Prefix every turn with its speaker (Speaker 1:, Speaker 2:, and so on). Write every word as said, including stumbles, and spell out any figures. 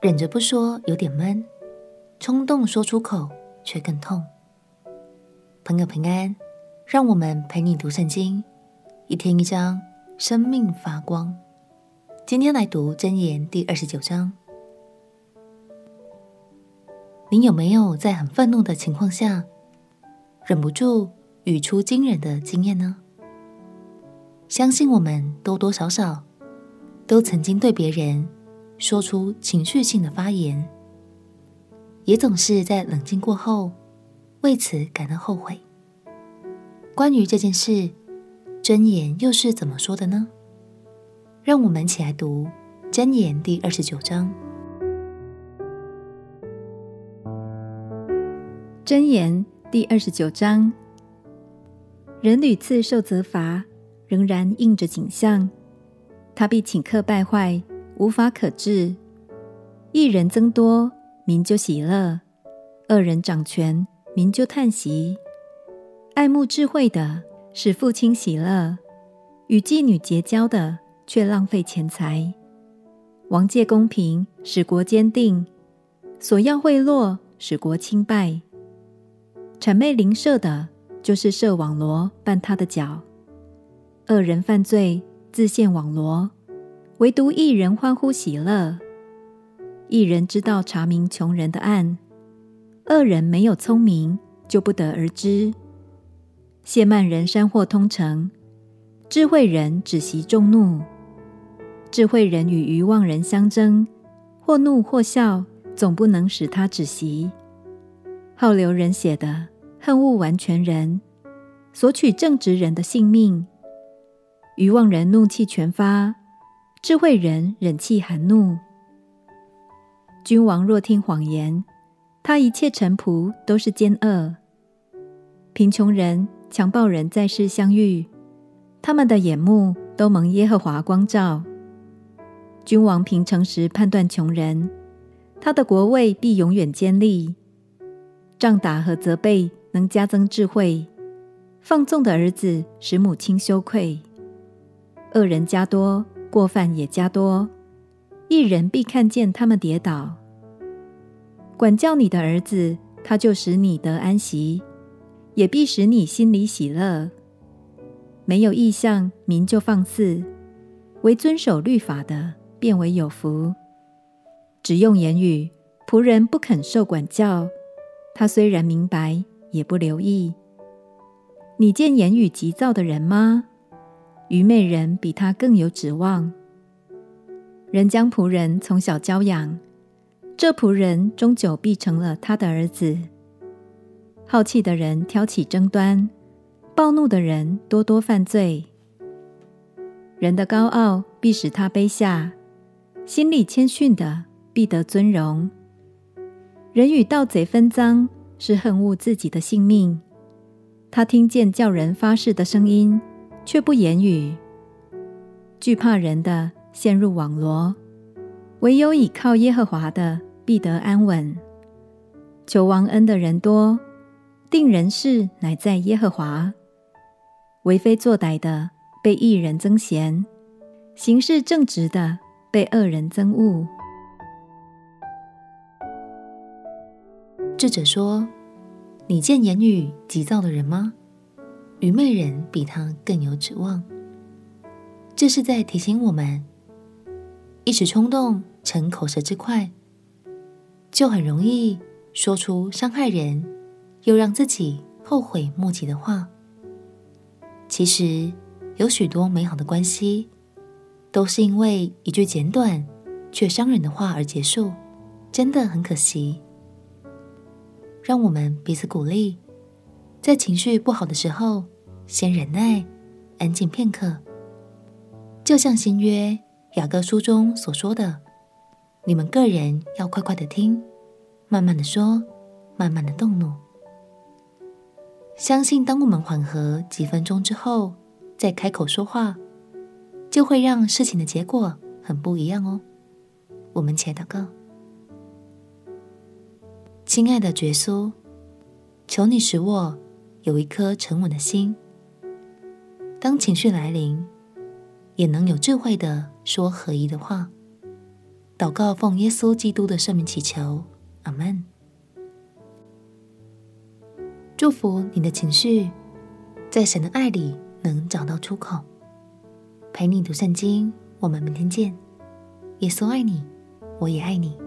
Speaker 1: 忍着不说有点闷，冲动说出口却更痛。朋友平安，让我们陪你读圣经，一天一章，生命发光。今天来读箴言第二十九章。你有没有在很愤怒的情况下，忍不住语出惊人的经验呢？相信我们多多少少都曾经对别人说出情绪性的发言，也总是在冷静过后为此感到后悔。关于这件事，箴言又是怎么说的呢？让我们一起来读箴言第二十九章。
Speaker 2: 箴言第二十九章，人屡次受责罚，仍然应着景象，他必顷刻败坏，无法可治。一人增多，民就喜乐；二人掌权，民就叹息。爱慕智慧的，使父亲喜乐；与妓女结交的，却浪费钱财。王戒公平，使国坚定；索要贿赂，使国倾败。谄媚邻舍的，就是设网罗绊他的脚。恶人犯罪，自陷网罗，唯独义人欢呼喜乐。义人知道查明穷人的案，恶人没有聪明，就不得而知。亵慢人山祸通城，智慧人止息众怒。智慧人与愚妄人相争，或怒或笑，总不能使他止息。好流人血的，恨恶完全人，索取正直人的性命。愚妄人怒气全发，智慧人忍气含怒。君王若听谎言，他一切臣仆都是奸恶。贫穷人、强暴人在世相遇，他们的眼目都蒙耶和华光照。君王凭诚实判断穷人，他的国位必永远坚立。杖打和责备能加增智慧，放纵的儿子使母亲羞愧。恶人加多，过犯也加多，义人必看见他们跌倒。管教你的儿子，他就使你得安息，也必使你心里喜乐。没有异象，民就放肆；唯遵守律法的，便为有福。只用言语，仆人不肯受管教，他虽然明白，也不留意。你见言语急躁的人吗？愚昧人比他更有指望。人将仆人从小教养，这仆人终久必成了他的儿子。好气的人挑起争端，暴怒的人多多犯罪。人的高傲必使他卑下，心里谦逊的必得尊荣。人与盗贼分赃，是恨恶自己的性命。他听见叫人发誓的声音，却不言语。惧怕人的陷入网罗，唯有倚靠耶和华的必得安稳。求王恩的人多，定人事乃在耶和华。为非作歹的被义人增贤，行事正直的被恶人憎恶。
Speaker 1: 智者说，你见言语急躁的人吗？愚昧人比他更有指望。这是在提醒我们，一时冲动逞口舌之快，就很容易说出伤害人又让自己后悔莫及的话。其实有许多美好的关系，都是因为一句简短却伤人的话而结束，真的很可惜。让我们彼此鼓励，在情绪不好的时候，先忍耐，安静片刻。就像新约雅各书中所说的，你们个人要快快的听，慢慢的说，慢慢的动怒。相信当我们缓和几分钟之后，再开口说话，就会让事情的结果很不一样哦。我们一起来祷告。亲爱的耶稣，求你使我有一颗沉稳的心，当情绪来临，也能有智慧的说合宜的话。 祷告奉耶稣基督的圣名祈求，阿们。祝福你的情绪在神的爱里能找到出口。陪你读圣经，我们明天见。耶稣爱你，我也爱你。